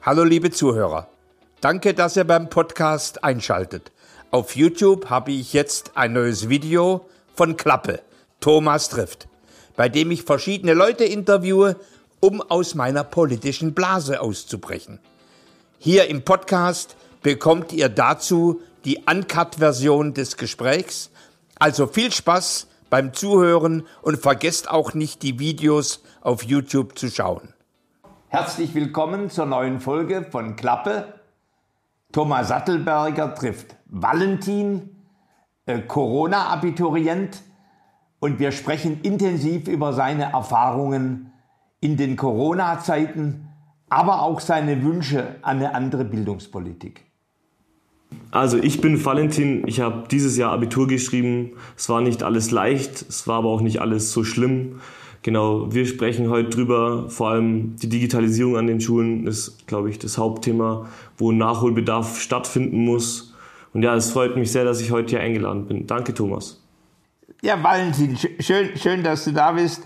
Hallo liebe Zuhörer, danke, dass ihr beim Podcast einschaltet. Auf YouTube habe ich jetzt ein neues Video von Klappe, Thomas trifft, bei dem ich verschiedene Leute interviewe, um aus meiner politischen Blase auszubrechen. Hier im Podcast bekommt ihr dazu die Uncut-Version des Gesprächs. Also viel Spaß beim Zuhören und vergesst auch nicht, die Videos auf YouTube zu schauen. Herzlich willkommen zur neuen Folge von Klappe. Thomas Sattelberger trifft Valentin, Corona-Abiturient, und wir sprechen intensiv über seine Erfahrungen in den Corona-Zeiten, aber auch seine Wünsche an eine andere Bildungspolitik. Also ich bin Valentin, ich habe dieses Jahr Abitur geschrieben. Es war nicht alles leicht, es war aber auch nicht alles so schlimm. Genau, wir sprechen heute drüber, vor allem die Digitalisierung an den Schulen ist, glaube ich, das Hauptthema, wo Nachholbedarf stattfinden muss. Und ja, es freut mich sehr, dass ich heute hier eingeladen bin. Danke, Thomas. Ja, Valentin, schön, dass du da bist.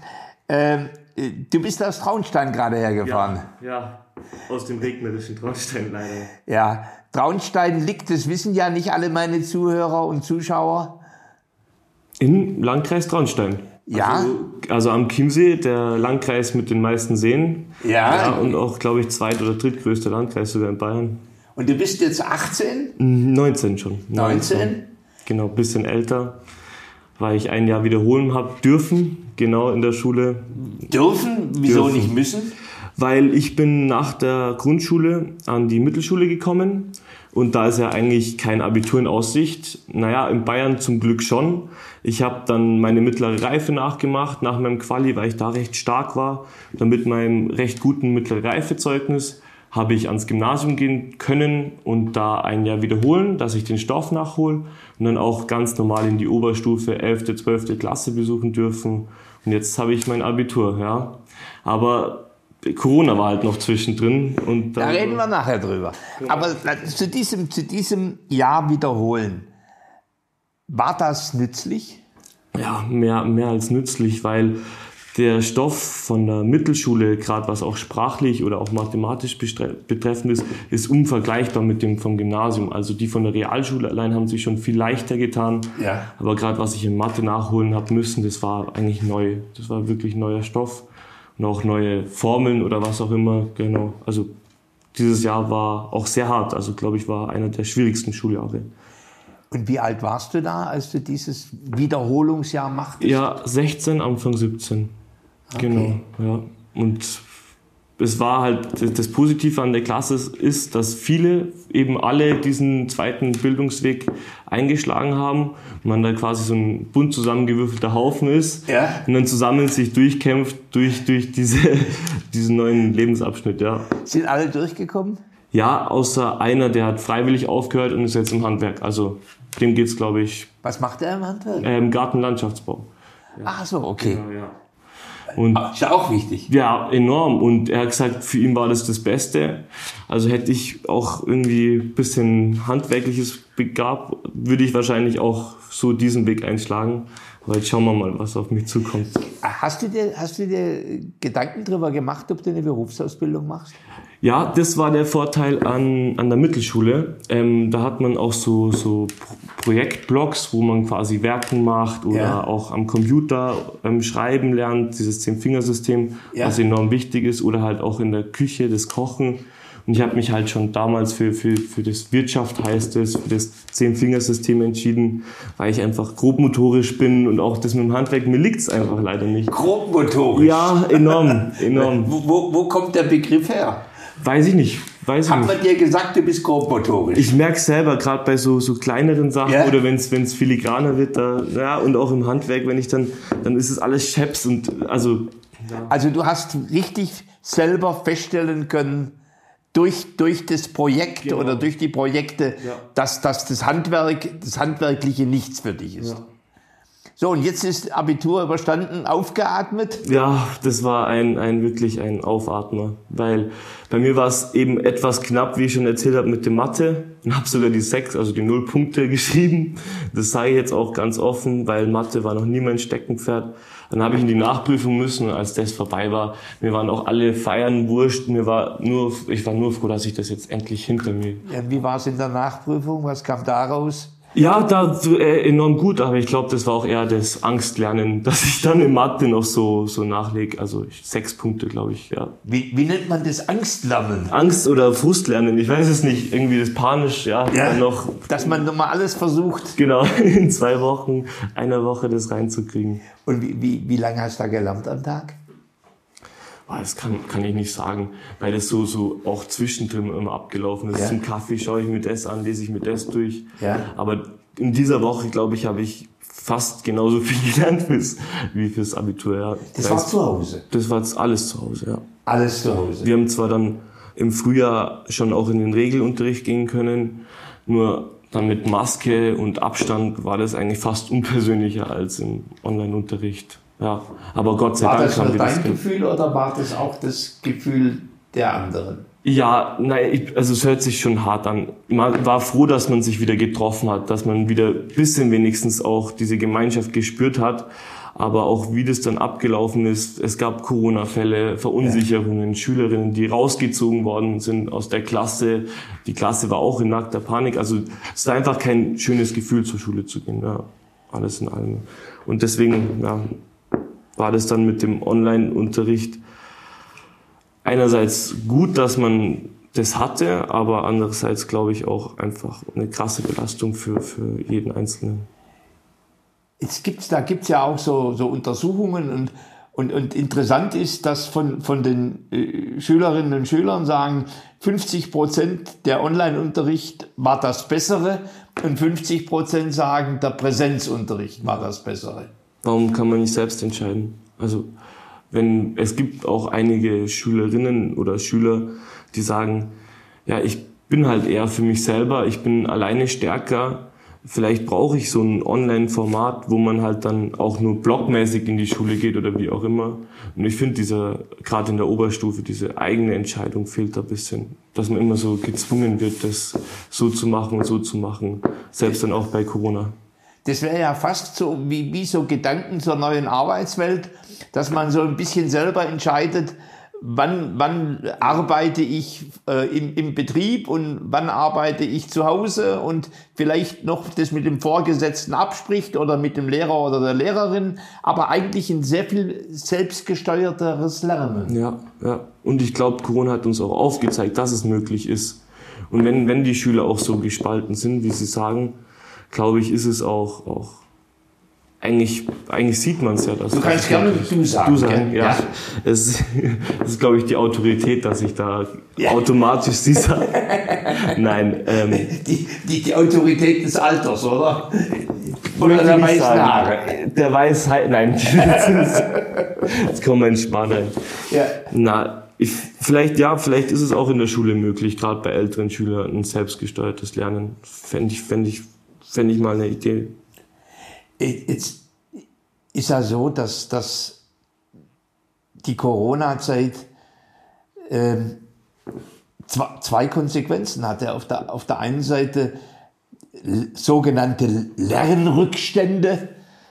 Du bist aus Traunstein gerade hergefahren. Ja, aus dem regnerischen Traunstein leider. Ja, Traunstein liegt, das wissen ja nicht alle meine Zuhörer und Zuschauer. Im Landkreis Traunstein. Ja. Also am Chiemsee, der Landkreis mit den meisten Seen. Ja. Und auch, glaube ich, zweit- oder drittgrößter Landkreis sogar in Bayern. Und du bist jetzt 18? 19 schon. 19? Genau, bisschen älter, weil ich ein Jahr wiederholen habe dürfen, genau in der Schule. Dürfen? Wieso nicht müssen? Weil ich bin nach der Grundschule an die Mittelschule gekommen und da ist ja eigentlich kein Abitur in Aussicht. Naja, in Bayern zum Glück schon. Ich habe dann meine mittlere Reife nachgemacht nach meinem Quali, weil ich da recht stark war. Dann mit meinem recht guten mittlere Reife-Zeugnis habe ich ans Gymnasium gehen können und da ein Jahr wiederholen, dass ich den Stoff nachhole und dann auch ganz normal in die Oberstufe 11., 12. Klasse besuchen dürfen. Und jetzt habe ich mein Abitur, ja. Aber Corona war halt noch zwischendrin. Und da reden wir nachher drüber. Ja. Aber zu diesem Jahr wiederholen, war das nützlich? Ja, mehr als nützlich, weil der Stoff von der Mittelschule, gerade was auch sprachlich oder auch mathematisch betreffend ist unvergleichbar mit dem vom Gymnasium. Also die von der Realschule allein haben sich schon viel leichter getan. Ja. Aber gerade was ich in Mathe nachholen habe müssen, das war eigentlich neu. Das war wirklich neuer Stoff. Und auch neue Formeln oder was auch immer, genau. Also dieses Jahr war auch sehr hart, also glaube ich, war einer der schwierigsten Schuljahre. Und wie alt warst du da, als du dieses Wiederholungsjahr machtest? Ja, 16, Anfang 17. Okay. Genau, ja. Und es war halt, das Positive an der Klasse ist, dass viele, eben alle diesen zweiten Bildungsweg eingeschlagen haben und man da quasi so ein bunt zusammengewürfelter Haufen ist, ja, und dann zusammen sich durchkämpft durch diesen neuen Lebensabschnitt, ja. Sind alle durchgekommen? Ja, außer einer, der hat freiwillig aufgehört und ist jetzt im Handwerk. Also dem geht's, glaube ich. Was macht der im Handwerk? Gartenlandschaftsbau. Ja. Ach so, okay. Genau, ja. Und ist ja auch wichtig. Ja, enorm. Und er hat gesagt, für ihn war das Beste. Also hätte ich auch irgendwie ein bisschen Handwerkliches begabt, würde ich wahrscheinlich auch so diesen Weg einschlagen. Aber jetzt schauen wir mal, was auf mich zukommt. Hast du dir Gedanken darüber gemacht, ob du eine Berufsausbildung machst? Ja, das war der Vorteil an der Mittelschule. Da hat man auch so Projektblocks, wo man quasi Werken macht oder auch am Computer schreiben lernt, dieses 10-Fingersystem, was enorm wichtig ist, oder halt auch in der Küche, das Kochen. Und ich habe mich halt schon damals für das Wirtschaft, heißt es, für das 10-Fingersystem entschieden, weil ich einfach grobmotorisch bin und auch das mit dem Handwerk, mir liegt's einfach leider nicht. Grobmotorisch? Ja, enorm. Wo kommt der Begriff her? Weiß ich nicht. Hat man dir gesagt, du bist grobmotorisch? Ich merke selber, gerade bei so kleineren Sachen, oder wenn es filigraner wird, und auch im Handwerk, wenn ich dann ist es alles Scheps und also. Ja. Also du hast richtig selber feststellen können, durch das Projekt oder durch die Projekte, dass das Handwerkliche nichts für dich ist. Ja. So, und jetzt ist Abitur überstanden, aufgeatmet? Ja, das war wirklich ein Aufatmer, weil bei mir war es eben etwas knapp, wie ich schon erzählt habe, mit der Mathe. Ich habe sogar die 6, also die 0 Punkte geschrieben. Das sage ich jetzt auch ganz offen, weil Mathe war noch nie mein Steckenpferd. Dann habe ich in die Nachprüfung müssen, und als das vorbei war, mir waren auch alle Feiern wurscht, ich war nur froh, dass ich das jetzt endlich hinter mir. Ja, wie war es in der Nachprüfung? Was kam da raus? Ja, enorm gut, aber ich glaube, das war auch eher das Angstlernen, dass ich dann in Mathe noch so nachlege. Also 6 Punkte, glaube ich, ja. Wie nennt man das Angstlernen? Angst- oder Frustlernen, ich weiß es nicht. Irgendwie das panisch, ja. Noch, dass man nochmal alles versucht. Genau, in 2 Wochen, einer Woche das reinzukriegen. Und wie lange hast du da gelernt am Tag? Das kann ich nicht sagen, weil das so auch zwischendrin immer abgelaufen ist. Ja. Zum Kaffee schaue ich mir das an, lese ich mir das durch. Ja. Aber in dieser Woche, glaube ich, habe ich fast genauso viel gelernt wie fürs Abitur. Ja. Das war zu Hause? Das war alles zu Hause, ja. Alles zu Hause? Wir haben zwar dann im Frühjahr schon auch in den Regelunterricht gehen können, nur dann mit Maske und Abstand war das eigentlich fast unpersönlicher als im Online-Unterricht. Ja, aber Gott sei Dank haben wir das. War das nur dein Gefühl oder war das auch das Gefühl der anderen? Ja, nein, also es hört sich schon hart an. Man war froh, dass man sich wieder getroffen hat, dass man wieder ein bisschen wenigstens auch diese Gemeinschaft gespürt hat. Aber auch wie das dann abgelaufen ist, es gab Corona-Fälle, Verunsicherungen, Schülerinnen, die rausgezogen worden sind aus der Klasse. Die Klasse war auch in nackter Panik. Also es war einfach kein schönes Gefühl, zur Schule zu gehen. Ja, alles in allem. Und deswegen, ja, war das dann mit dem Online-Unterricht einerseits gut, dass man das hatte, aber andererseits glaube ich auch einfach eine krasse Belastung für jeden Einzelnen. Da gibt's ja auch so Untersuchungen und interessant ist, dass von den Schülerinnen und Schülern sagen, 50% der Online-Unterricht war das Bessere und 50% sagen, der Präsenzunterricht war das Bessere. Warum kann man nicht selbst entscheiden? Also es gibt auch einige Schülerinnen oder Schüler, die sagen, ja, ich bin halt eher für mich selber, ich bin alleine stärker. Vielleicht brauche ich so ein Online-Format, wo man halt dann auch nur blockmäßig in die Schule geht oder wie auch immer. Und ich finde gerade in der Oberstufe, diese eigene Entscheidung fehlt da ein bisschen. Dass man immer so gezwungen wird, das so zu machen und so zu machen. Selbst dann auch bei Corona. Das wäre ja fast so wie so Gedanken zur neuen Arbeitswelt, dass man so ein bisschen selber entscheidet, wann arbeite ich im Betrieb und wann arbeite ich zu Hause und vielleicht noch das mit dem Vorgesetzten abspricht oder mit dem Lehrer oder der Lehrerin, aber eigentlich ein sehr viel selbstgesteuerteres Lernen. Ja. Und ich glaube, Corona hat uns auch aufgezeigt, dass es möglich ist. Und wenn die Schüler auch so gespalten sind, wie sie sagen, glaube ich, ist es auch eigentlich sieht man es ja. Du kannst gerne du sagen. Ja. Es ist, glaube ich, die Autorität, dass ich da automatisch sie sage. Nein. Die Autorität des Alters, oder? Oder der weißen Haare. Der Weisheit, nein. Jetzt kommt mein Spahn rein. Ja. Vielleicht ist es auch in der Schule möglich, gerade bei älteren Schülern, ein selbstgesteuertes Lernen. Fände ich mal eine Idee. Jetzt ist ja so, dass die Corona-Zeit zwei Konsequenzen hatte. Auf der einen Seite sogenannte Lernrückstände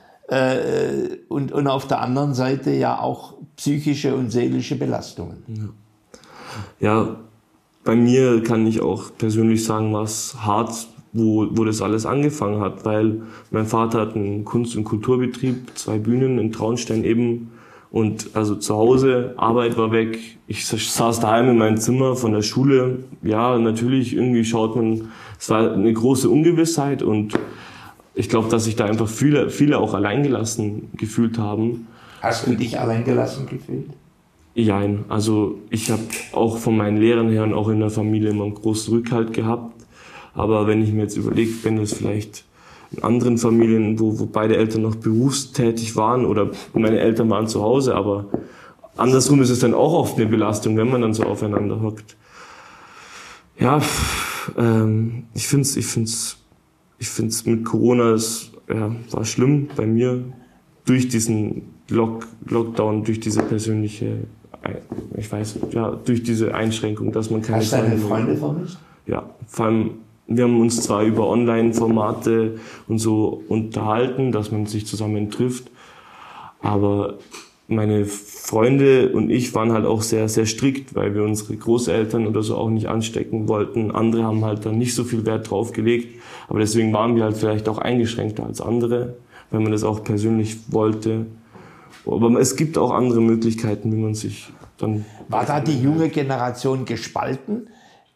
und auf der anderen Seite ja auch psychische und seelische Belastungen. Ja, bei mir kann ich auch persönlich sagen, was hart wo das alles angefangen hat, weil mein Vater hat einen Kunst- und Kulturbetrieb, 2 Bühnen in Traunstein eben und also zu Hause, Arbeit war weg, ich saß daheim in meinem Zimmer von der Schule, ja natürlich irgendwie schaut man, es war eine große Ungewissheit und ich glaube, dass sich da einfach viele auch alleingelassen gefühlt haben. Hast du dich alleingelassen gefühlt? Jein, also ich habe auch von meinen Lehrern her und auch in der Familie immer einen großen Rückhalt gehabt. Aber wenn ich mir jetzt überlege, wenn es vielleicht in anderen Familien, wo beide Eltern noch berufstätig waren oder meine Eltern waren zu Hause, aber andersrum ist es dann auch oft eine Belastung, wenn man dann so aufeinander hockt. Ja, ich find's mit Corona, war schlimm bei mir durch diesen Lockdown, durch diese persönliche, durch diese Einschränkung, dass man keine Freunde. Hast du deine Freunde vermisst? Ja, vor allem, wir haben uns zwar über Online-Formate und so unterhalten, dass man sich zusammen trifft, Aber meine Freunde und ich waren halt auch sehr, sehr strikt, weil wir unsere Großeltern oder so auch nicht anstecken wollten. Andere haben halt dann nicht so viel Wert drauf gelegt. Aber deswegen waren wir halt vielleicht auch eingeschränkter als andere, weil man das auch persönlich wollte. Aber es gibt auch andere Möglichkeiten, wie man sich dann... War da die junge Generation gespalten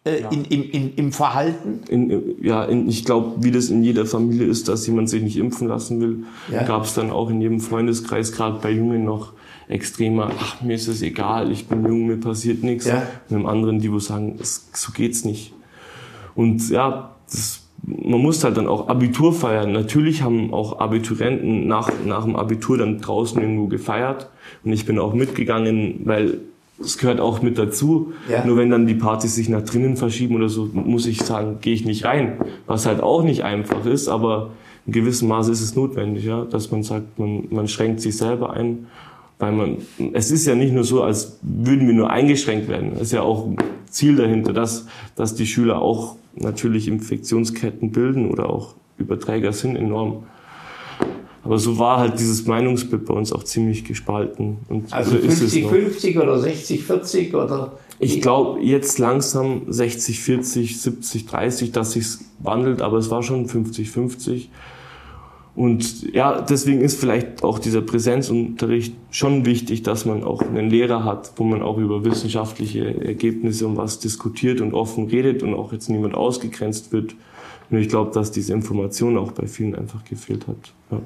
im Verhalten? Ich glaube, wie das in jeder Familie ist, dass jemand sich nicht impfen lassen will, gab es dann auch in jedem Freundeskreis, gerade bei Jungen noch extremer, ach, mir ist es egal, ich bin jung, mir passiert nichts. Ja. Und einem anderen, die wo sagen, so geht's nicht. Und ja, man muss halt dann auch Abitur feiern. Natürlich haben auch Abiturienten nach dem Abitur dann draußen irgendwo gefeiert. Und ich bin auch mitgegangen, weil es gehört auch mit dazu. Ja. Nur wenn dann die Partys sich nach drinnen verschieben oder so, muss ich sagen, gehe ich nicht rein. Was halt auch nicht einfach ist, aber in gewissem Maße ist es notwendig, ja, dass man sagt, man schränkt sich selber ein. Weil es ist ja nicht nur so, als würden wir nur eingeschränkt werden. Es ist ja auch ein Ziel dahinter, dass die Schüler auch natürlich Infektionsketten bilden oder auch Überträger sind enorm. Aber so war halt dieses Meinungsbild bei uns auch ziemlich gespalten. Und also 50-50 oder 60-40 oder? Ich glaube jetzt langsam 60-40, 70-30, dass sich's wandelt, aber es war schon 50-50. Und ja, deswegen ist vielleicht auch dieser Präsenzunterricht schon wichtig, dass man auch einen Lehrer hat, wo man auch über wissenschaftliche Ergebnisse und was diskutiert und offen redet und auch jetzt niemand ausgegrenzt wird. Und ich glaube, dass diese Information auch bei vielen einfach gefehlt hat. Ja.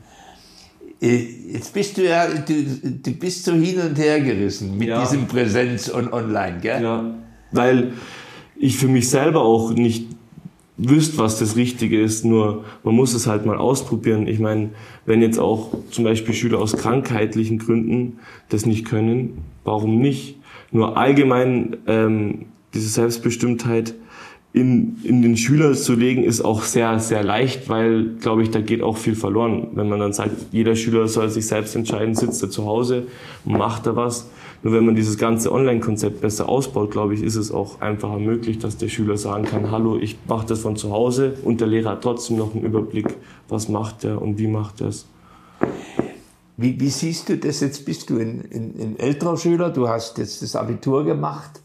Jetzt bist du bist so hin und her gerissen mit diesem Präsenz und Online, gell? Ja, weil ich für mich selber auch nicht wüsst, was das Richtige ist, nur man muss es halt mal ausprobieren. Ich meine, wenn jetzt auch zum Beispiel Schüler aus krankheitlichen Gründen das nicht können, warum nicht? Nur allgemein diese Selbstbestimmtheit in den Schüler zu legen, ist auch sehr, sehr leicht, weil, glaube ich, da geht auch viel verloren. Wenn man dann sagt, jeder Schüler soll sich selbst entscheiden, sitzt er zu Hause und macht da was. Nur wenn man dieses ganze Online-Konzept besser ausbaut, glaube ich, ist es auch einfacher möglich, dass der Schüler sagen kann, hallo, ich mache das von zu Hause und der Lehrer hat trotzdem noch einen Überblick, was macht er und wie macht er es. Wie siehst du das? Jetzt bist du ein älterer Schüler, du hast jetzt das Abitur gemacht.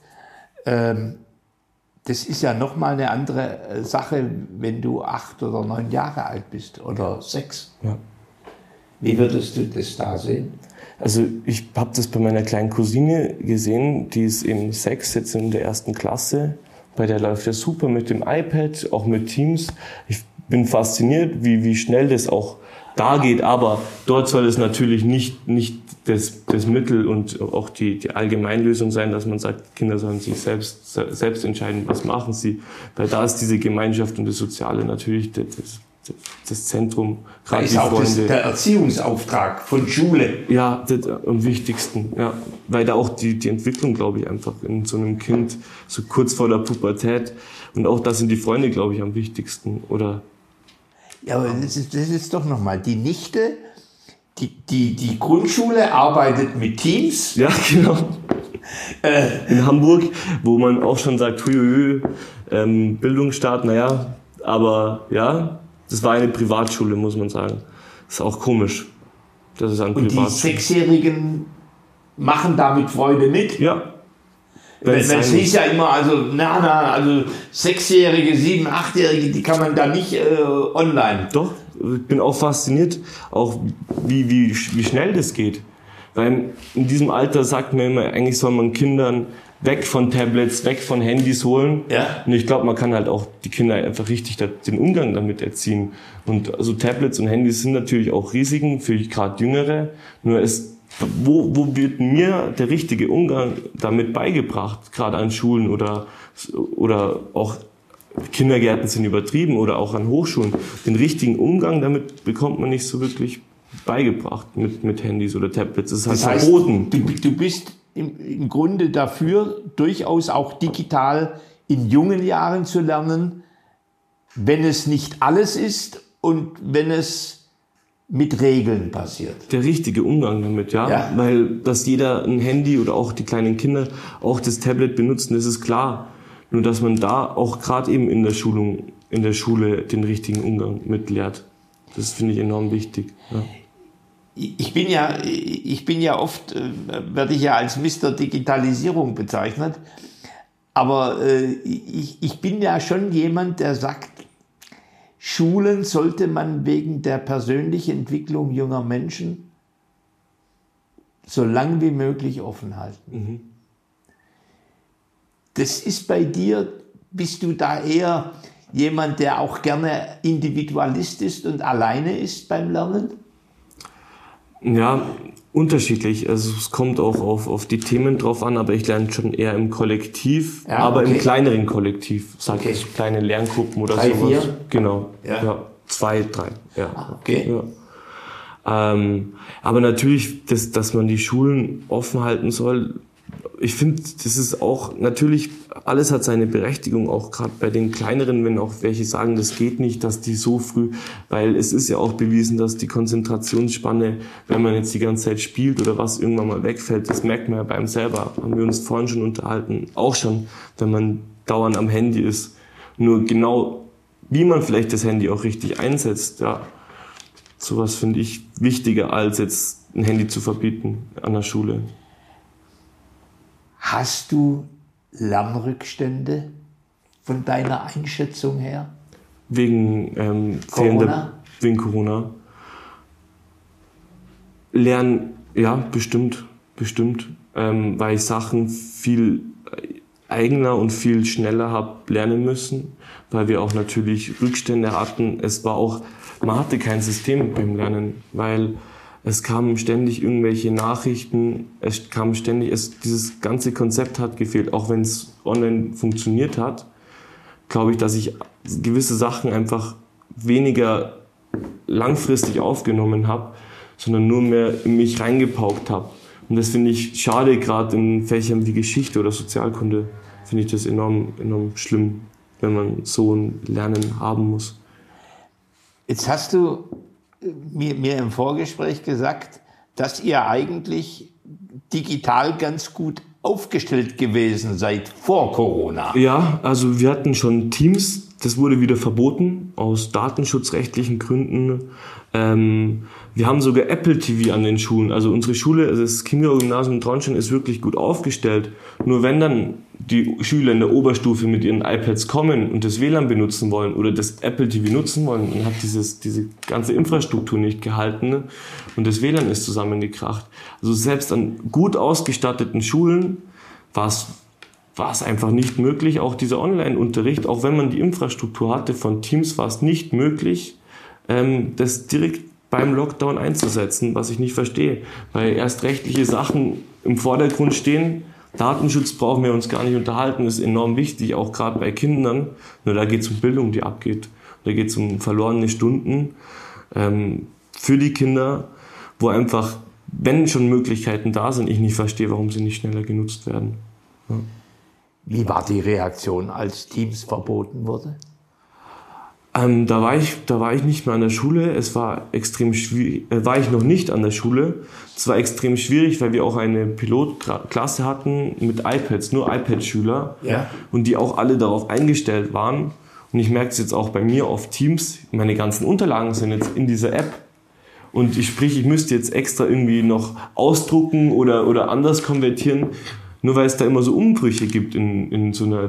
Das ist ja nochmal eine andere Sache, wenn du 8 oder 9 Jahre alt bist oder 6. Ja. Wie würdest du das da sehen? Also ich habe das bei meiner kleinen Cousine gesehen, die ist eben 6, jetzt in der 1. Klasse. Bei der läuft das super mit dem iPad, auch mit Teams. Ich bin fasziniert, wie schnell das auch da geht, aber dort soll es natürlich nicht das Mittel und auch die Allgemeinlösung sein, dass man sagt, Kinder sollen sich selbst entscheiden, was machen sie. Weil da ist diese Gemeinschaft und das Soziale natürlich das Zentrum, gerade die Freunde. Das ist der Erziehungsauftrag von Schule. Ja, das am wichtigsten. Ja, weil da auch die Entwicklung, glaube ich, einfach in so einem Kind so kurz vor der Pubertät und auch da sind die Freunde, glaube ich, am wichtigsten. Oder ja, aber das ist doch nochmal die Nichte. Die Grundschule arbeitet mit Teams. Ja, genau. In Hamburg, wo man auch schon sagt, Bildungsstaat, naja, aber ja. Das war eine Privatschule, muss man sagen. Das ist auch komisch. Das ist ein und die 6-Jährigen machen damit Freude mit? Ja. Es hieß ja immer, also 6-Jährige, 7-, 8-Jährige, die kann man da nicht online. Doch, ich bin auch fasziniert, auch wie schnell das geht. Weil in diesem Alter sagt man immer, eigentlich soll man Kindern weg von Tablets, weg von Handys holen. Ja. Und ich glaube, man kann halt auch die Kinder einfach richtig den Umgang damit erziehen. Und also Tablets und Handys sind natürlich auch Risiken für gerade Jüngere. Nur wo wird mir der richtige Umgang damit beigebracht? Gerade an Schulen oder auch Kindergärten sind übertrieben oder auch an Hochschulen. Den richtigen Umgang damit bekommt man nicht so wirklich beigebracht mit Handys oder Tablets. Das ist halt verboten. Du bist im Grunde dafür, durchaus auch digital in jungen Jahren zu lernen, wenn es nicht alles ist und wenn es mit Regeln passiert. Der richtige Umgang damit, ja. Weil, dass jeder ein Handy oder auch die kleinen Kinder auch das Tablet benutzen, das ist klar. Nur, dass man da auch gerade eben in der Schule den richtigen Umgang mit lehrt. Das finde ich enorm wichtig. Ja. ich bin ja oft, werde ich ja als Mister Digitalisierung bezeichnet, aber ich bin ja schon jemand, der sagt, Schulen sollte man wegen der persönlichen Entwicklung junger Menschen so lang wie möglich offen halten. Mhm. Das ist bei dir, bist du da eher jemand, der auch gerne Individualist ist und alleine ist beim Lernen? Ja, unterschiedlich. Also es kommt auch auf die Themen drauf an, aber ich lerne schon eher im Kollektiv, ja, aber im kleineren Kollektiv. Sag ich, kleine Lerngruppen oder 3, sowas. 4? Genau. Ja. 2, 3. Ja. Okay. Ja. Aber natürlich, dass man die Schulen offen halten soll, ich finde, das ist auch, natürlich, alles hat seine Berechtigung, auch gerade bei den kleineren, wenn auch welche sagen, das geht nicht, dass die so früh, weil es ist ja auch bewiesen, dass die Konzentrationsspanne, wenn man jetzt die ganze Zeit spielt oder was irgendwann mal wegfällt, das merkt man ja bei einem selber, haben wir uns vorhin schon unterhalten, auch schon, wenn man dauernd am Handy ist. Nur genau, wie man vielleicht das Handy auch richtig einsetzt, ja, sowas finde ich wichtiger, als jetzt ein Handy zu verbieten an der Schule. Hast du Lernrückstände von deiner Einschätzung her? Wegen Corona? Lernen, ja, bestimmt. Weil ich Sachen viel eigener und viel schneller habe lernen müssen, weil wir auch natürlich Rückstände hatten. Man hatte kein System beim Lernen, weil es kamen ständig irgendwelche Nachrichten, dieses ganze Konzept hat gefehlt, auch wenn es online funktioniert hat, glaube ich, dass ich gewisse Sachen einfach weniger langfristig aufgenommen habe, sondern nur mehr in mich reingepaukt habe. Und das finde ich schade, gerade in Fächern wie Geschichte oder Sozialkunde, finde ich das enorm schlimm, wenn man so ein Lernen haben muss. Jetzt hast du mir im Vorgespräch gesagt, dass ihr eigentlich digital ganz gut aufgestellt gewesen seid vor Corona. Ja, also wir hatten schon Teams, das wurde wieder verboten aus datenschutzrechtlichen Gründen. Wir haben sogar Apple TV an den Schulen. Also unsere Schule, also das Chiemgauer-Gymnasium Traunstein ist wirklich gut aufgestellt. Nur wenn dann die Schüler in der Oberstufe mit ihren iPads kommen und das WLAN benutzen wollen oder das Apple TV nutzen wollen, dann hat diese ganze Infrastruktur nicht gehalten und das WLAN ist zusammengekracht. Also selbst an gut ausgestatteten Schulen war es einfach nicht möglich, auch dieser Online-Unterricht, auch wenn man die Infrastruktur hatte von Teams, war es nicht möglich, das direkt beim Lockdown einzusetzen, was ich nicht verstehe, weil erst rechtliche Sachen im Vordergrund stehen. Datenschutz brauchen wir uns gar nicht unterhalten, ist enorm wichtig, auch gerade bei Kindern. Nur da geht es um Bildung, die abgeht. Da geht es um verlorene Stunden für die Kinder, wo einfach, wenn schon Möglichkeiten da sind, ich nicht verstehe, warum sie nicht schneller genutzt werden. Ja. Wie war die Reaktion, als Teams verboten wurde? Da war ich nicht mehr an der Schule. Es war extrem schwierig. War ich noch nicht an der Schule. Es war extrem schwierig, weil wir auch eine Pilotklasse hatten mit iPads, nur iPad-Schüler. Ja. Und die auch alle darauf eingestellt waren. Und ich merke es jetzt auch bei mir auf Teams. Meine ganzen Unterlagen sind jetzt in dieser App. Und ich müsste jetzt extra irgendwie noch ausdrucken oder anders konvertieren. Nur weil es da immer so Umbrüche gibt in so einer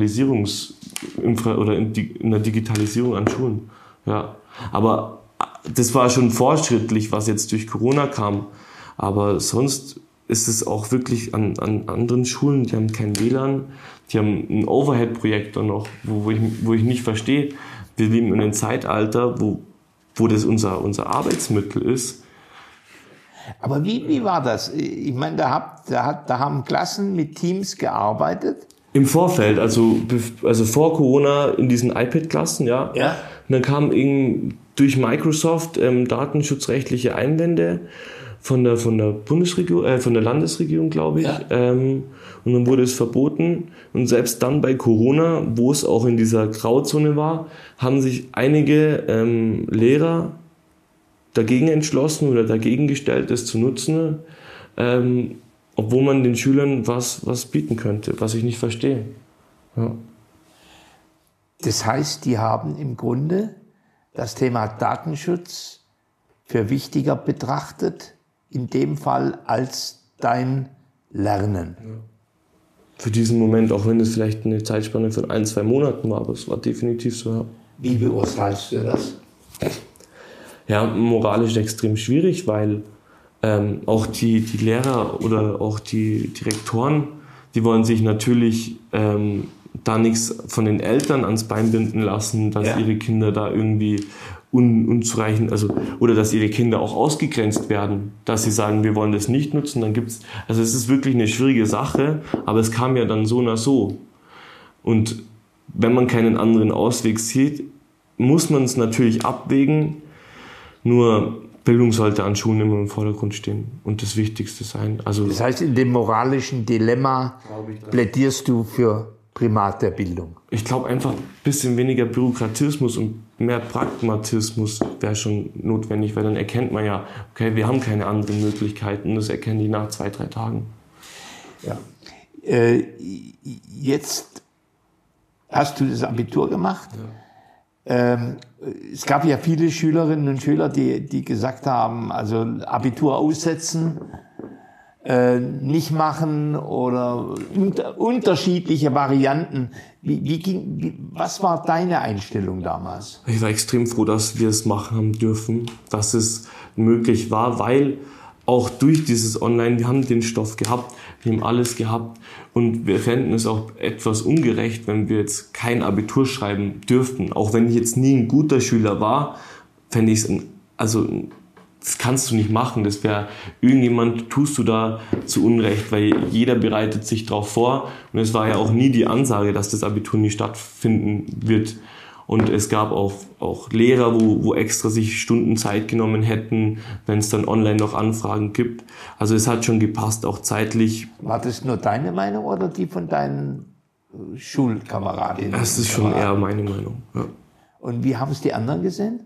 in der Digitalisierung an Schulen. Ja. Aber das war schon fortschrittlich, was jetzt durch Corona kam. Aber sonst ist es auch wirklich an anderen Schulen, die haben kein WLAN, die haben einen Overhead-Projektor noch, wo ich nicht verstehe. Wir leben in einem Zeitalter, wo das unser Arbeitsmittel ist. Aber wie war das? Ich meine, da haben Klassen mit Teams gearbeitet? Im Vorfeld, also vor Corona in diesen iPad-Klassen, ja. Und dann kamen eben durch Microsoft datenschutzrechtliche Einwände von der Bundesregierung, von der Landesregierung, glaube ich. Ja. Und dann wurde es verboten. Und selbst dann bei Corona, wo es auch in dieser Grauzone war, haben sich einige Lehrer dagegen entschlossen oder dagegen gestellt, das zu nutzen, obwohl man den Schülern was bieten könnte, was ich nicht verstehe. Ja. Das heißt, die haben im Grunde das Thema Datenschutz für wichtiger betrachtet, in dem Fall, als dein Lernen? Ja. Für diesen Moment, auch wenn es vielleicht eine Zeitspanne von 1-2 Monaten war, aber es war definitiv so, ja. Wie beurteilst du das? Ja, moralisch extrem schwierig, weil auch die Lehrer oder auch die Direktoren, die wollen sich natürlich da nichts von den Eltern ans Bein binden lassen, dass ihre Kinder da irgendwie unzureichend, oder dass ihre Kinder auch ausgegrenzt werden, dass sie sagen, wir wollen das nicht nutzen, dann gibt's, also es ist wirklich eine schwierige Sache, aber es kam ja dann so nach so. Und wenn man keinen anderen Ausweg sieht, muss man es natürlich abwägen, nur Bildung sollte an Schulen immer im Vordergrund stehen und das Wichtigste sein. Also das heißt, in dem moralischen Dilemma plädierst du für Primat der Bildung? Ich glaube einfach, ein bisschen weniger Bürokratismus und mehr Pragmatismus wäre schon notwendig, weil dann erkennt man ja, okay, wir haben keine anderen Möglichkeiten. Das erkennen die nach 2-3 Tagen. Ja. Jetzt hast du das Abitur gemacht. Ja. Es gab ja viele Schülerinnen und Schüler, die gesagt haben, also Abitur aussetzen, nicht machen oder unterschiedliche Varianten. Was war deine Einstellung damals? Ich war extrem froh, dass wir es machen haben dürfen, dass es möglich war, weil auch durch dieses Online, wir haben den Stoff gehabt, wir haben alles gehabt und wir fänden es auch etwas ungerecht, wenn wir jetzt kein Abitur schreiben dürften. Auch wenn ich jetzt nie ein guter Schüler war, fände ich es, das kannst du nicht machen, das wäre, irgendjemand tust du da zu Unrecht, weil jeder bereitet sich darauf vor und es war ja auch nie die Ansage, dass das Abitur nie stattfinden wird. Und es gab auch Lehrer, wo extra sich Stunden Zeit genommen hätten, wenn es dann online noch Anfragen gibt. Also es hat schon gepasst, auch zeitlich. War das nur deine Meinung oder die von deinen Schulkameradinnen? Das ist schon eher meine Meinung. Ja. Und wie haben es die anderen gesehen?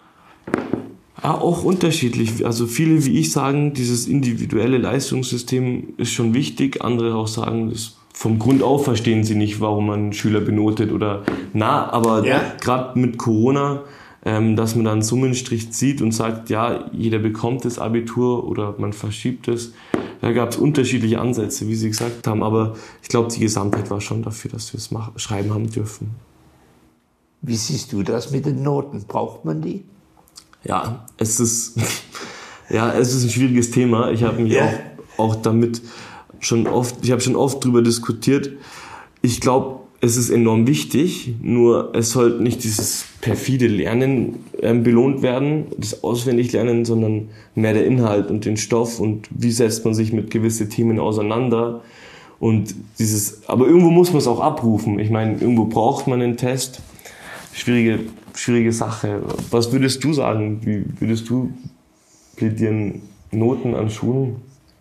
Ja, auch unterschiedlich. Also viele wie ich sagen, dieses individuelle Leistungssystem ist schon wichtig. Andere auch sagen, das vom Grund auf verstehen sie nicht, warum man Schüler benotet oder aber gerade mit Corona, dass man dann einen Summenstrich zieht und sagt, ja, jeder bekommt das Abitur oder man verschiebt es. Da gab es unterschiedliche Ansätze, wie Sie gesagt haben, aber ich glaube, die Gesamtheit war schon dafür, dass wir es schreiben haben dürfen. Wie siehst du das mit den Noten? Braucht man die? Ja, es ist ein schwieriges Thema. Ich habe mich auch damit schon oft drüber diskutiert. Ich glaube, es ist enorm wichtig, nur es sollte nicht dieses perfide Lernen belohnt werden, das Auswendiglernen, sondern mehr der Inhalt und den Stoff und wie setzt man sich mit gewissen Themen auseinander. Und aber irgendwo muss man es auch abrufen. Ich meine, irgendwo braucht man einen Test. Schwierige Sache. Was würdest du sagen? Wie würdest du plädieren? Noten an Schulen?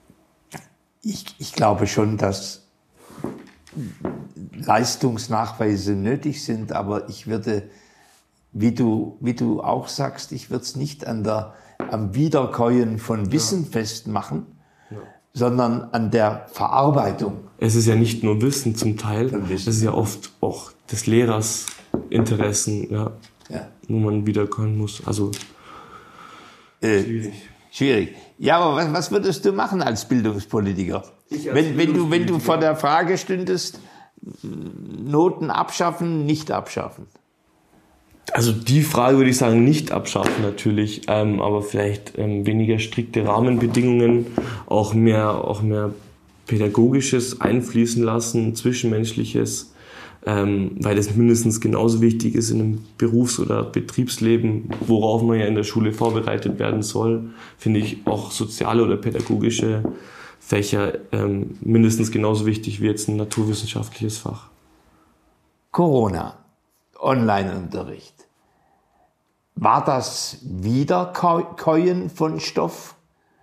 Ich glaube schon, dass Leistungsnachweise nötig sind, aber ich würde, wie du auch sagst, ich würde es nicht am Wiederkäuen von Wissen festmachen, sondern an der Verarbeitung. Es ist ja nicht nur Wissen zum Teil, es ist ja oft auch des Lehrers Interessen, wo man wiederkommen muss. Also schwierig. Ja, aber was würdest du machen als Bildungspolitiker? Wenn du vor der Frage stündest, Noten abschaffen, nicht abschaffen? Also die Frage würde ich sagen, nicht abschaffen natürlich, aber vielleicht weniger strikte Rahmenbedingungen, auch mehr Pädagogisches einfließen lassen, Zwischenmenschliches, weil das mindestens genauso wichtig ist in einem Berufs- oder Betriebsleben, worauf man ja in der Schule vorbereitet werden soll, finde ich auch soziale oder pädagogische Fächer mindestens genauso wichtig wie jetzt ein naturwissenschaftliches Fach. Corona, Online-Unterricht. War das Wiederkäuen von Stoff?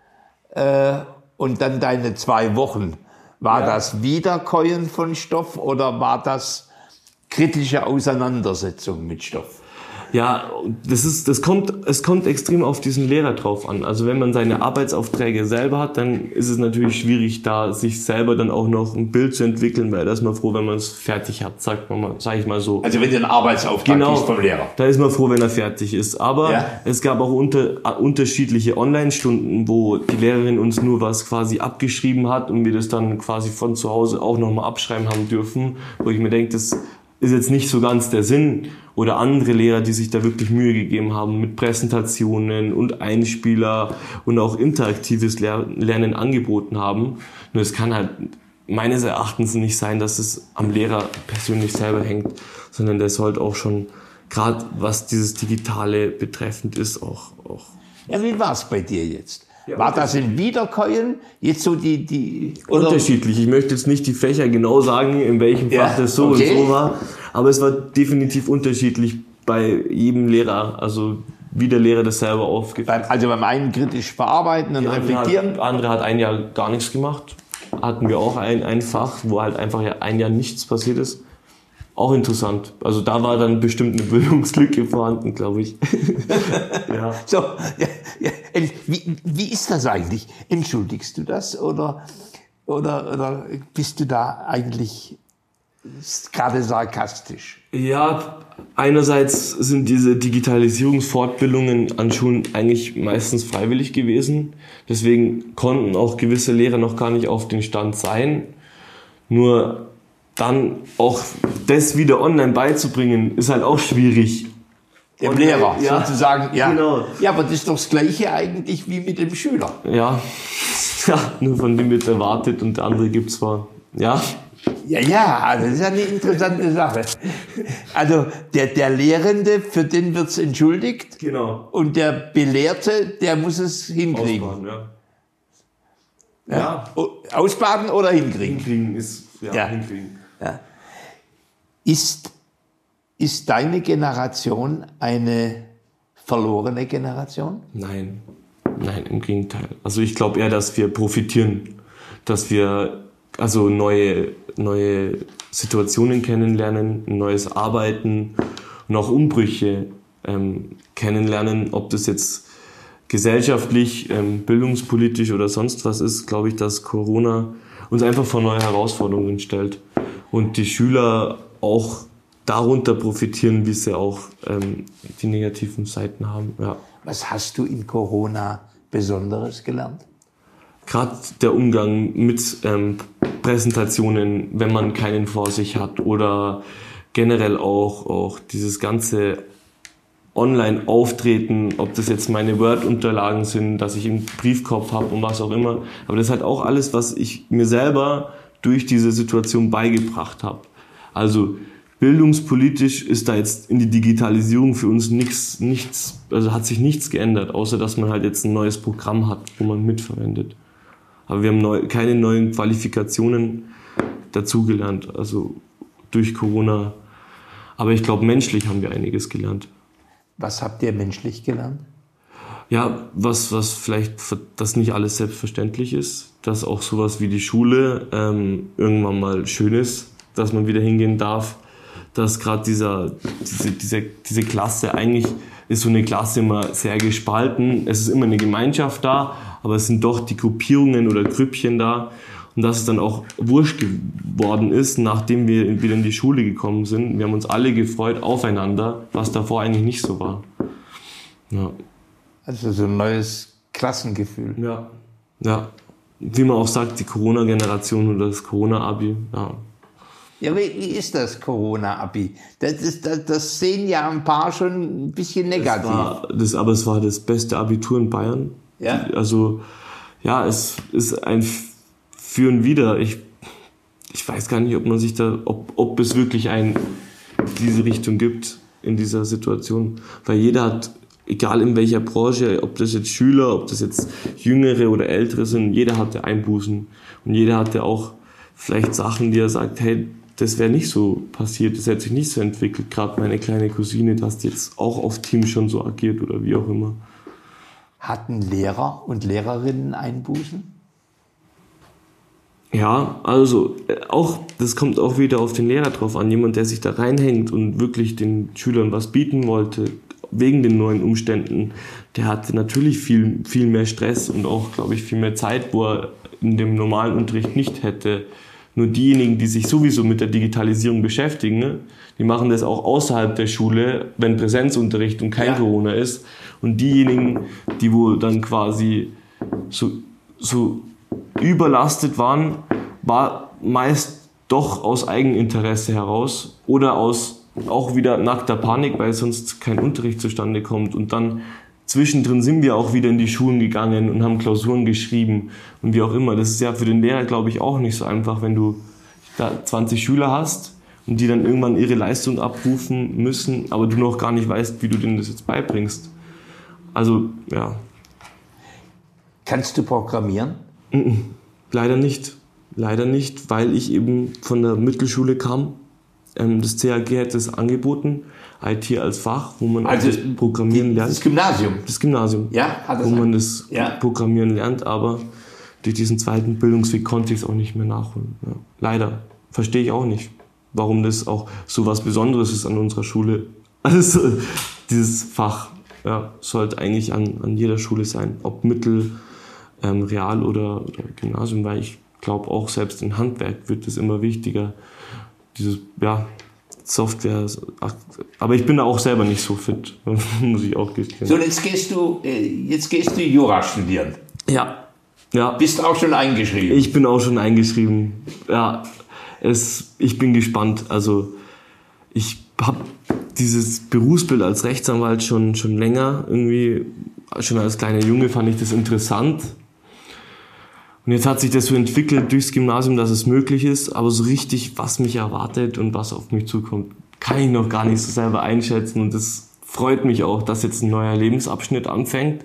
Und dann deine 2 Wochen. War das Wiederkäuen von Stoff oder war das kritische Auseinandersetzung mit Stoff? Ja, es kommt extrem auf diesen Lehrer drauf an. Also wenn man seine Arbeitsaufträge selber hat, dann ist es natürlich schwierig, da sich selber dann auch noch ein Bild zu entwickeln, weil da ist man froh, wenn man es fertig hat, sag ich mal so. Also wenn du einen Arbeitsauftrag kriegst vom Lehrer. Da ist man froh, wenn er fertig ist. Aber es gab auch unterschiedliche Online-Stunden, wo die Lehrerin uns nur was quasi abgeschrieben hat und wir das dann quasi von zu Hause auch nochmal abschreiben haben dürfen, wo ich mir denke, das ist jetzt nicht so ganz der Sinn. Oder andere Lehrer, die sich da wirklich Mühe gegeben haben mit Präsentationen und Einspieler und auch interaktives Lernen angeboten haben. Nur es kann halt meines Erachtens nicht sein, dass es am Lehrer persönlich selber hängt, sondern der sollte auch schon, gerade was dieses Digitale betreffend ist, auch. Ja, wie war's bei dir jetzt? War das in Wiederkäuen? Jetzt so die oder? Unterschiedlich. Ich möchte jetzt nicht die Fächer genau sagen, in welchem Fach das so und so war. Aber es war definitiv unterschiedlich bei jedem Lehrer. Also wie der Lehrer das selber aufgefasst. Also beim einen kritisch verarbeiten und reflektieren. Der andere hat ein Jahr gar nichts gemacht. Hatten wir auch ein Fach, wo halt einfach ein Jahr nichts passiert ist. Auch interessant. Also da war dann bestimmt eine Bildungslücke vorhanden, glaube ich. Ja. So, wie ist das eigentlich? Entschuldigst du das oder bist du da eigentlich gerade sarkastisch? Ja, einerseits sind diese Digitalisierungsfortbildungen an Schulen eigentlich meistens freiwillig gewesen. Deswegen konnten auch gewisse Lehrer noch gar nicht auf den Stand sein. Nur dann auch das wieder online beizubringen, ist halt auch schwierig. Dem Lehrer, ja, sozusagen. Ja. Genau. Ja, aber das ist doch das Gleiche eigentlich wie mit dem Schüler. Ja, nur von dem wird erwartet und der andere gibt zwar, ja. Ja, also das ist ja eine interessante Sache. Also der Lehrende, für den wird's entschuldigt. Genau. Und der Belehrte, der muss es hinkriegen. Ausbaden, ja. Ausbaden oder hinkriegen? Hinkriegen ist, hinkriegen. Ja. Ist deine Generation eine verlorene Generation? Nein, im Gegenteil. Also ich glaube eher, dass wir profitieren, dass wir also neue Situationen kennenlernen, ein neues Arbeiten und auch Umbrüche kennenlernen, ob das jetzt gesellschaftlich, bildungspolitisch oder sonst was ist, glaube ich, dass Corona uns einfach vor neue Herausforderungen stellt und die Schüler auch darunter profitieren, wie sie auch die negativen Seiten haben. Ja. Was hast du in Corona Besonderes gelernt? Gerade der Umgang mit Präsentationen, wenn man keinen vor sich hat oder generell auch dieses ganze Online-Auftreten, ob das jetzt meine Word-Unterlagen sind, dass ich einen Briefkopf habe und was auch immer. Aber das ist halt auch alles, was ich mir selber durch diese Situation beigebracht habe. Also bildungspolitisch ist da jetzt in die Digitalisierung für uns nichts, also hat sich nichts geändert, außer dass man halt jetzt ein neues Programm hat, wo man mitverwendet. Aber wir haben keine neuen Qualifikationen dazugelernt, also durch Corona. Aber ich glaube, menschlich haben wir einiges gelernt. Was habt ihr menschlich gelernt? Ja, was vielleicht, dass nicht alles selbstverständlich ist, dass auch sowas wie die Schule irgendwann mal schön ist, dass man wieder hingehen darf, dass gerade diese Klasse, eigentlich ist so eine Klasse immer sehr gespalten, es ist immer eine Gemeinschaft da, aber es sind doch die Gruppierungen oder Grüppchen da und dass es dann auch wurscht geworden ist, nachdem wir wieder in die Schule gekommen sind. Wir haben uns alle gefreut aufeinander, was davor eigentlich nicht so war. Ja. Also so ein neues Klassengefühl. Ja. Wie man auch sagt, die Corona-Generation oder das Corona-Abi. Ja, wie ist das Corona-Abi? Das sehen ja ein paar schon ein bisschen negativ. Aber es war das beste Abitur in Bayern. Ja? Also, ja, es ist ein Für und Wider. Ich weiß gar nicht, ob es wirklich diese Richtung gibt in dieser Situation. Weil jeder hat, egal in welcher Branche, ob das jetzt Schüler, ob das jetzt Jüngere oder Ältere sind, jeder hatte Einbußen. Und jeder hatte auch vielleicht Sachen, die er sagt, hey, das wäre nicht so passiert, das hätte sich nicht so entwickelt. Gerade meine kleine Cousine, dass die jetzt auch auf Team schon so agiert oder wie auch immer. Hatten Lehrer und Lehrerinnen Einbußen? Ja, also das kommt auch wieder auf den Lehrer drauf an. Jemand, der sich da reinhängt und wirklich den Schülern was bieten wollte, wegen den neuen Umständen, der hatte natürlich viel, viel mehr Stress und auch, glaube ich, viel mehr Zeit, wo er in dem normalen Unterricht nicht hätte. Nur diejenigen, die sich sowieso mit der Digitalisierung beschäftigen, ne, die machen das auch außerhalb der Schule, wenn Präsenzunterricht und kein Corona ist. Und diejenigen, die wo dann quasi so überlastet waren, war meist doch aus Eigeninteresse heraus oder aus auch wieder nackter Panik, weil sonst kein Unterricht zustande kommt. Und dann zwischendrin sind wir auch wieder in die Schulen gegangen und haben Klausuren geschrieben und wie auch immer. Das ist ja für den Lehrer, glaube ich, auch nicht so einfach, wenn du da 20 Schüler hast und die dann irgendwann ihre Leistung abrufen müssen, aber du noch gar nicht weißt, wie du denen das jetzt beibringst. Also, ja. Kannst du programmieren? Leider nicht. Leider nicht, weil ich eben von der Mittelschule kam. Das CAG hätte es angeboten, IT als Fach, wo man also das Programmieren lernt. Das Gymnasium? Das Gymnasium, ja, hat das wo man das Programmieren lernt, aber durch diesen zweiten Bildungsweg konnte ich es auch nicht mehr nachholen. Ja. Leider. Verstehe ich auch nicht, warum das auch so was Besonderes ist an unserer Schule. Also dieses Fach sollte eigentlich an jeder Schule sein, ob Mittel, Real oder Gymnasium, weil ich glaube auch selbst in Handwerk wird es immer wichtiger. Dieses, Software, aber ich bin da auch selber nicht so fit, muss ich auch gestehen. So, jetzt gehst du Jura studieren. Ja. Bist auch schon eingeschrieben? Ich bin auch schon eingeschrieben. Ja, ich bin gespannt. Also ich habe dieses Berufsbild als Rechtsanwalt schon länger irgendwie, schon als kleiner Junge fand ich das interessant. Und jetzt hat sich das so entwickelt durchs Gymnasium, dass es möglich ist, aber so richtig, was mich erwartet und was auf mich zukommt, kann ich noch gar nicht so selber einschätzen. Und das freut mich auch, dass jetzt ein neuer Lebensabschnitt anfängt.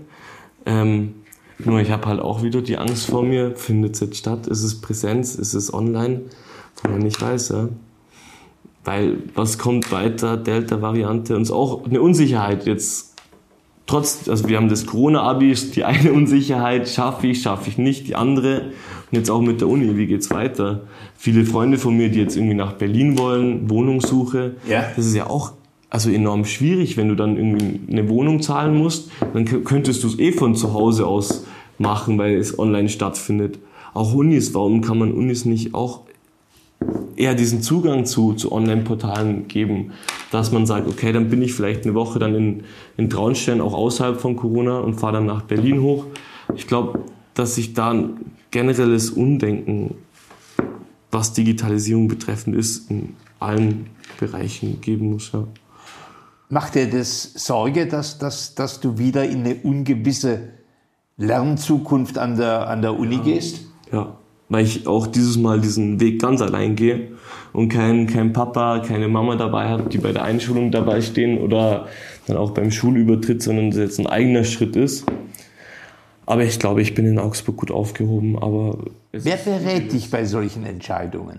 Nur ich habe halt auch wieder die Angst vor mir, findet es jetzt statt, ist es Präsenz, ist es online, wo man nicht weiß. Ja. Weil was kommt weiter, Delta-Variante, uns auch eine Unsicherheit jetzt. Also wir haben das Corona-Abi, ist die eine Unsicherheit, schaffe ich nicht, die andere. Und jetzt auch mit der Uni, wie geht's weiter? Viele Freunde von mir, die jetzt irgendwie nach Berlin wollen, Wohnungssuche. Ja. Das ist ja auch enorm schwierig, wenn du dann irgendwie eine Wohnung zahlen musst. Dann könntest du es von zu Hause aus machen, weil es online stattfindet. Auch Unis, warum kann man Unis nicht auch eher diesen Zugang zu Online-Portalen geben, dass man sagt, okay, dann bin ich vielleicht eine Woche dann in Traunstein, auch außerhalb von Corona und fahre dann nach Berlin hoch. Ich glaube, dass sich da ein generelles Umdenken, was Digitalisierung betreffend ist, in allen Bereichen geben muss. Ja. Macht dir das Sorge, dass du wieder in eine ungewisse Lernzukunft an der Uni gehst? Ja. Weil ich auch dieses Mal diesen Weg ganz allein gehe und kein Papa, keine Mama dabei habe, die bei der Einschulung dabei stehen oder dann auch beim Schulübertritt, sondern das jetzt ein eigener Schritt ist. Aber ich glaube, ich bin in Augsburg gut aufgehoben. Aber wer berät dich bei solchen Entscheidungen?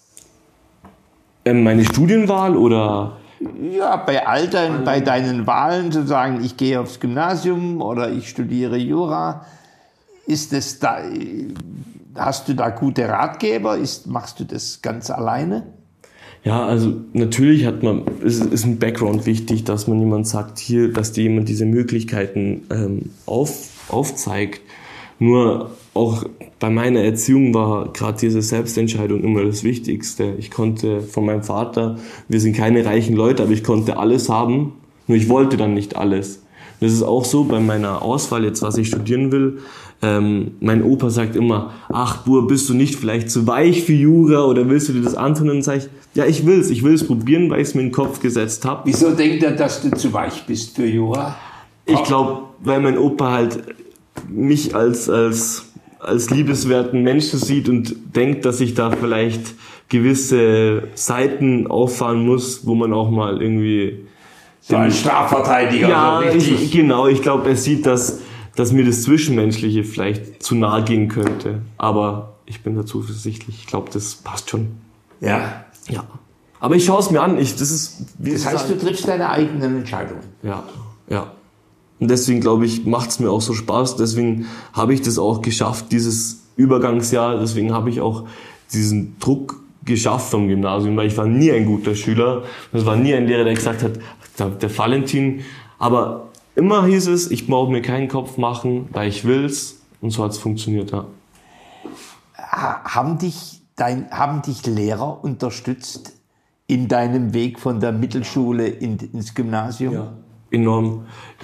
Meine Studienwahl oder? Ja, bei deinen Wahlen zu sagen, ich gehe aufs Gymnasium oder ich studiere Jura. Ist es da... Hast du da gute Ratgeber? Machst du das ganz alleine? Ja, also natürlich ist ein Background wichtig, dass man jemand sagt, hier, dass dir jemand diese Möglichkeiten aufzeigt. Nur auch bei meiner Erziehung war gerade diese Selbstentscheidung immer das Wichtigste. Ich konnte von meinem Vater, wir sind keine reichen Leute, aber ich konnte alles haben, nur ich wollte dann nicht alles. Das ist auch so bei meiner Auswahl jetzt, was ich studieren will. Mein Opa sagt immer, ach Bur, bist du nicht vielleicht zu weich für Jura oder willst du dir das antun? Und dann sage ich, ja, ich will es probieren, weil ich es mir in den Kopf gesetzt habe. Wieso denkt er, dass du zu weich bist für Jura? Ich glaube, weil mein Opa halt mich als liebenswerten Menschen sieht und denkt, dass ich da vielleicht gewisse Seiten auffahren muss, wo man auch mal irgendwie... So ein Strafverteidiger. Ja, so richtig. Ich glaube, er sieht, dass mir das Zwischenmenschliche vielleicht zu nahe gehen könnte. Aber ich bin da zuversichtlich. Ich glaube, das passt schon. Ja. Ja. Aber ich schaue es mir an. Das heißt, du triffst deine eigenen Entscheidungen. Ja. Und deswegen, glaube ich, macht es mir auch so Spaß. Deswegen habe ich das auch geschafft, dieses Übergangsjahr, deswegen habe ich auch diesen Druck geschafft vom Gymnasium, weil ich war nie ein guter Schüler. Es war nie ein Lehrer, der gesagt hat, der Valentin. Aber immer hieß es, ich brauche mir keinen Kopf machen, weil ich will's. Und so hat's funktioniert, ja. Haben dich Lehrer unterstützt in deinem Weg von der Mittelschule ins Gymnasium? Ja, enorm.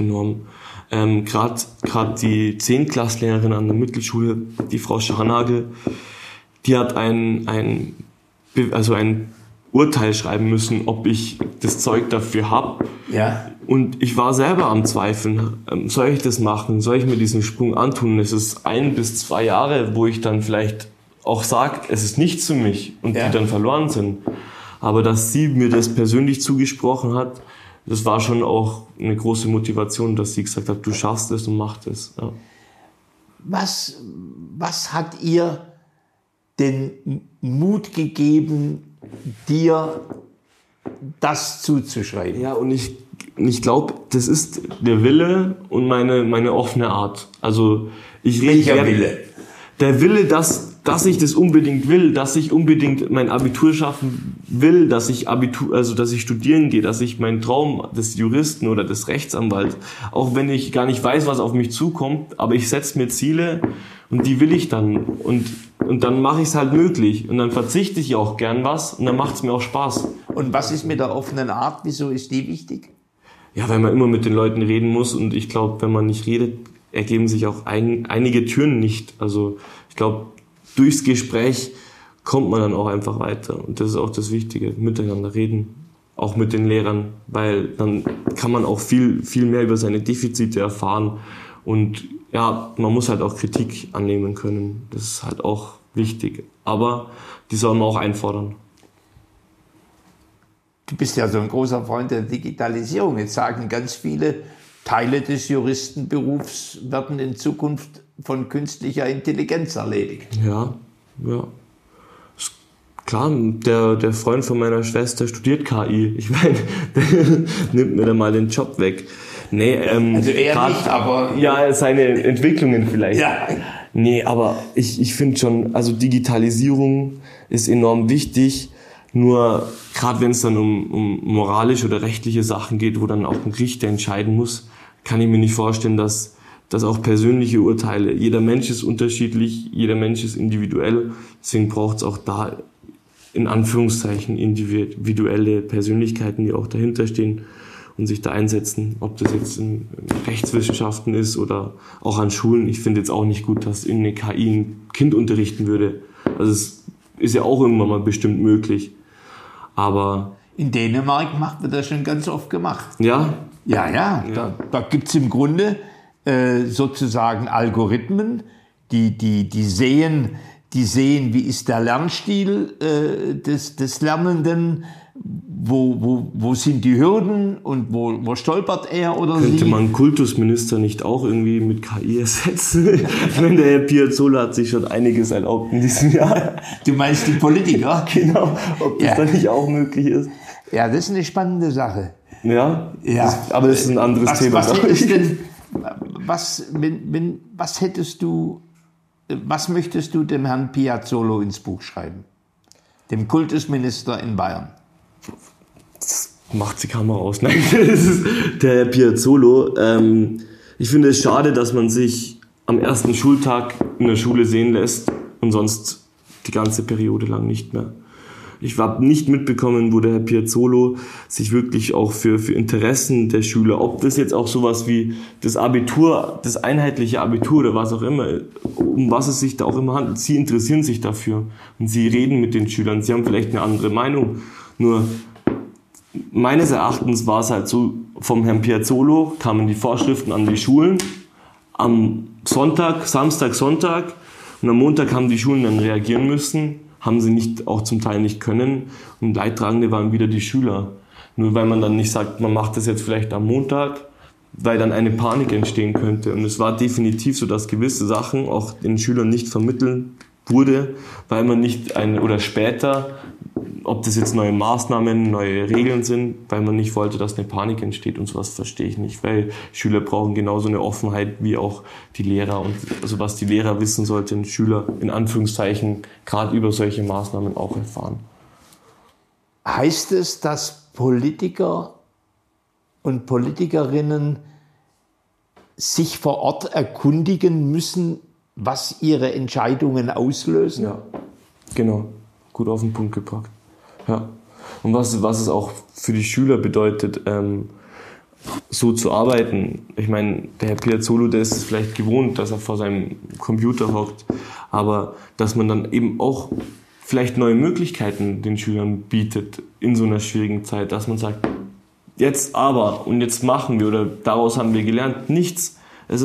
Gerade die 10-Klasslehrerin an der Mittelschule, die Frau Scharnagel, die hat ein Urteil schreiben müssen, ob ich das Zeug dafür habe. Ja. Und ich war selber am Zweifeln. Soll ich das machen? Soll ich mir diesen Sprung antun? Es ist 1 bis 2 Jahre, wo ich dann vielleicht auch sage, es ist nichts für mich und die dann verloren sind. Aber dass sie mir das persönlich zugesprochen hat, das war schon auch eine große Motivation, dass sie gesagt hat, du schaffst es und mach es. Ja. Was hat ihr den Mut gegeben, dir das zuzuschreiben? Ja, und ich glaube, das ist der Wille und meine offene Art. Also Welcher Wille? Der Wille, dass ich das unbedingt will, dass ich unbedingt mein Abitur schaffen will, dass ich studieren gehe, dass ich meinen Traum des Juristen oder des Rechtsanwalts, auch wenn ich gar nicht weiß, was auf mich zukommt, aber ich setze mir Ziele und die will ich dann und dann mache ich es halt möglich und dann verzichte ich auch gern was und dann macht es mir auch Spaß. Und was ist mit der offenen Art? Wieso ist die wichtig? Ja, weil man immer mit den Leuten reden muss und ich glaube, wenn man nicht redet, ergeben sich auch einige Türen nicht. Also ich glaube, durchs Gespräch kommt man dann auch einfach weiter. Und das ist auch das Wichtige, miteinander reden, auch mit den Lehrern, weil dann kann man auch viel, viel mehr über seine Defizite erfahren. Und ja, man muss halt auch Kritik annehmen können. Das ist halt auch wichtig. Aber die soll man auch einfordern. Du bist ja so ein großer Freund der Digitalisierung. Jetzt sagen ganz viele, Teile des Juristenberufs werden in Zukunft von künstlicher Intelligenz erledigt. Ja. Klar, der Freund von meiner Schwester studiert KI. Ich meine, der nimmt mir da mal den Job weg. Nee, also er nicht, aber... Ja, seine Entwicklungen vielleicht. Ja. Nee, aber ich finde schon, also Digitalisierung ist enorm wichtig. Nur gerade wenn es dann um moralische oder rechtliche Sachen geht, wo dann auch ein Richter entscheiden muss, kann ich mir nicht vorstellen, dass auch persönliche Urteile, jeder Mensch ist unterschiedlich, jeder Mensch ist individuell, deswegen braucht es auch da in Anführungszeichen individuelle Persönlichkeiten, die auch dahinter stehen und sich da einsetzen, ob das jetzt in Rechtswissenschaften ist oder auch an Schulen. Ich finde jetzt auch nicht gut, dass irgendeine KI ein Kind unterrichten würde. Also es ist ja auch irgendwann mal bestimmt möglich. Aber in Dänemark wird das schon ganz oft gemacht. Ja? Ja. Da gibt's im Grunde sozusagen Algorithmen, die sehen, wie ist der Lernstil des Lernenden, wo sind die Hürden und wo stolpert er oder sie. Könnte man Kultusminister nicht auch irgendwie mit KI ersetzen? Ich meine, der Herr Piazzolo hat sich schon einiges erlaubt in diesem Jahr. Du meinst die Politiker? Genau, ob das dann nicht auch möglich ist. Ja, das ist eine spannende Sache. Ja. Aber das ist ein anderes Thema. Was möchtest du dem Herrn Piazzolo ins Buch schreiben? Dem Kultusminister in Bayern? Das macht die Kamera aus. Nein, das ist der Herr Piazzolo. Ich finde es schade, dass man sich am ersten Schultag in der Schule sehen lässt und sonst die ganze Periode lang nicht mehr. Ich habe nicht mitbekommen, wo der Herr Piazzolo sich wirklich auch für Interessen der Schüler, ob das jetzt auch sowas wie das Abitur, das einheitliche Abitur oder was auch immer, um was es sich da auch immer handelt, sie interessieren sich dafür und sie reden mit den Schülern, sie haben vielleicht eine andere Meinung. Nur meines Erachtens war es halt so, vom Herrn Piazzolo kamen die Vorschriften an die Schulen am Samstag, Sonntag und am Montag haben die Schulen dann reagieren müssen. Haben sie auch zum Teil nicht können und Leidtragende waren wieder die Schüler. Nur weil man dann nicht sagt, man macht das jetzt vielleicht am Montag, weil dann eine Panik entstehen könnte. Und es war definitiv so, dass gewisse Sachen auch den Schülern nicht vermittelt wurde, weil man nicht oder später ob das jetzt neue Maßnahmen, neue Regeln sind, weil man nicht wollte, dass eine Panik entsteht und sowas verstehe ich nicht, weil Schüler brauchen genauso eine Offenheit wie auch die Lehrer und also was die Lehrer wissen sollten, Schüler in Anführungszeichen gerade über solche Maßnahmen auch erfahren. Heißt es, dass Politiker und Politikerinnen sich vor Ort erkundigen müssen, was ihre Entscheidungen auslösen? Ja, genau. Gut auf den Punkt gebracht. Ja. Und was es auch für die Schüler bedeutet, so zu arbeiten. Ich meine, der Herr Piazzolo, der ist es vielleicht gewohnt, dass er vor seinem Computer hockt, aber dass man dann eben auch vielleicht neue Möglichkeiten den Schülern bietet in so einer schwierigen Zeit, dass man sagt, jetzt aber und jetzt machen wir oder daraus haben wir gelernt, nichts.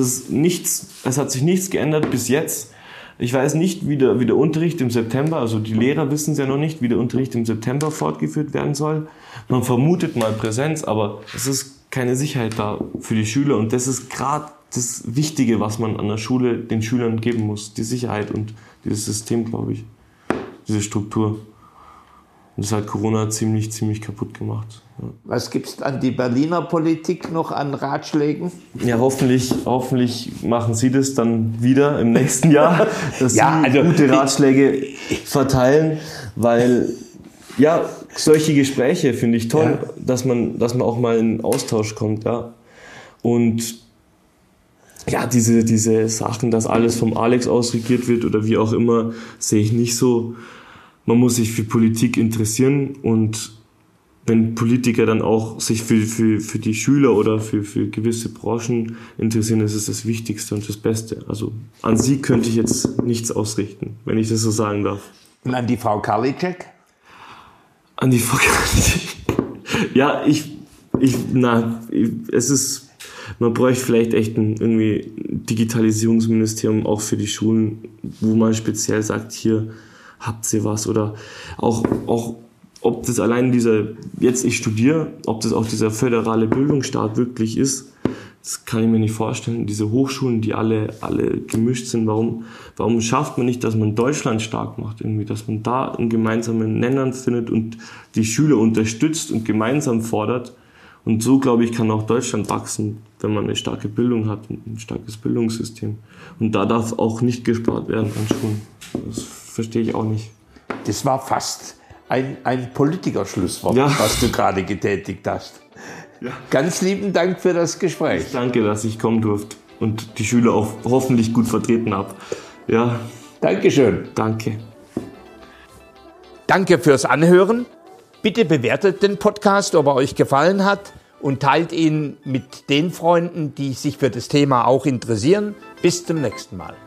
Es hat sich nichts geändert bis jetzt. Ich weiß nicht, wie der Unterricht im September, also die Lehrer wissen es ja noch nicht, wie der Unterricht im September fortgeführt werden soll. Man vermutet mal Präsenz, aber es ist keine Sicherheit da für die Schüler und das ist gerade das Wichtige, was man an der Schule den Schülern geben muss, die Sicherheit und dieses System, glaube ich, diese Struktur. Und das hat Corona ziemlich kaputt gemacht. Ja. Was gibt's an die Berliner Politik noch an Ratschlägen? Ja, hoffentlich machen Sie das dann wieder im nächsten Jahr, dass Sie gute Ratschläge verteilen, weil ja, solche Gespräche finde ich toll, dass man auch mal in Austausch kommt, ja. Und ja, diese Sachen, dass alles vom Alex ausregiert wird oder wie auch immer, sehe ich nicht so. Man muss sich für Politik interessieren und wenn Politiker dann auch sich für die Schüler oder für gewisse Branchen interessieren, ist es das Wichtigste und das Beste. Also an sie könnte ich jetzt nichts ausrichten, wenn ich das so sagen darf. Und an die Frau Karliczek? An die Frau Karliczek? Ja, man bräuchte vielleicht echt ein irgendwie Digitalisierungsministerium auch für die Schulen, wo man speziell sagt, hier habt ihr was oder auch ob das allein ich studiere, ob das auch dieser föderale Bildungsstaat wirklich ist, das kann ich mir nicht vorstellen. Diese Hochschulen, die alle gemischt sind, warum schafft man nicht, dass man Deutschland stark macht irgendwie, dass man da einen gemeinsamen Nenner findet und die Schüler unterstützt und gemeinsam fordert. Und so, glaube ich, kann auch Deutschland wachsen, wenn man eine starke Bildung hat, ein starkes Bildungssystem. Und da darf auch nicht gespart werden an Schulen. Das verstehe ich auch nicht. Das war fast ein Politikerschlusswort, was du gerade getätigt hast. Ja. Ganz lieben Dank für das Gespräch. Ich danke, dass ich kommen durfte und die Schüler auch hoffentlich gut vertreten habe. Ja. Dankeschön. Danke. Danke fürs Anhören. Bitte bewertet den Podcast, ob er euch gefallen hat und teilt ihn mit den Freunden, die sich für das Thema auch interessieren. Bis zum nächsten Mal.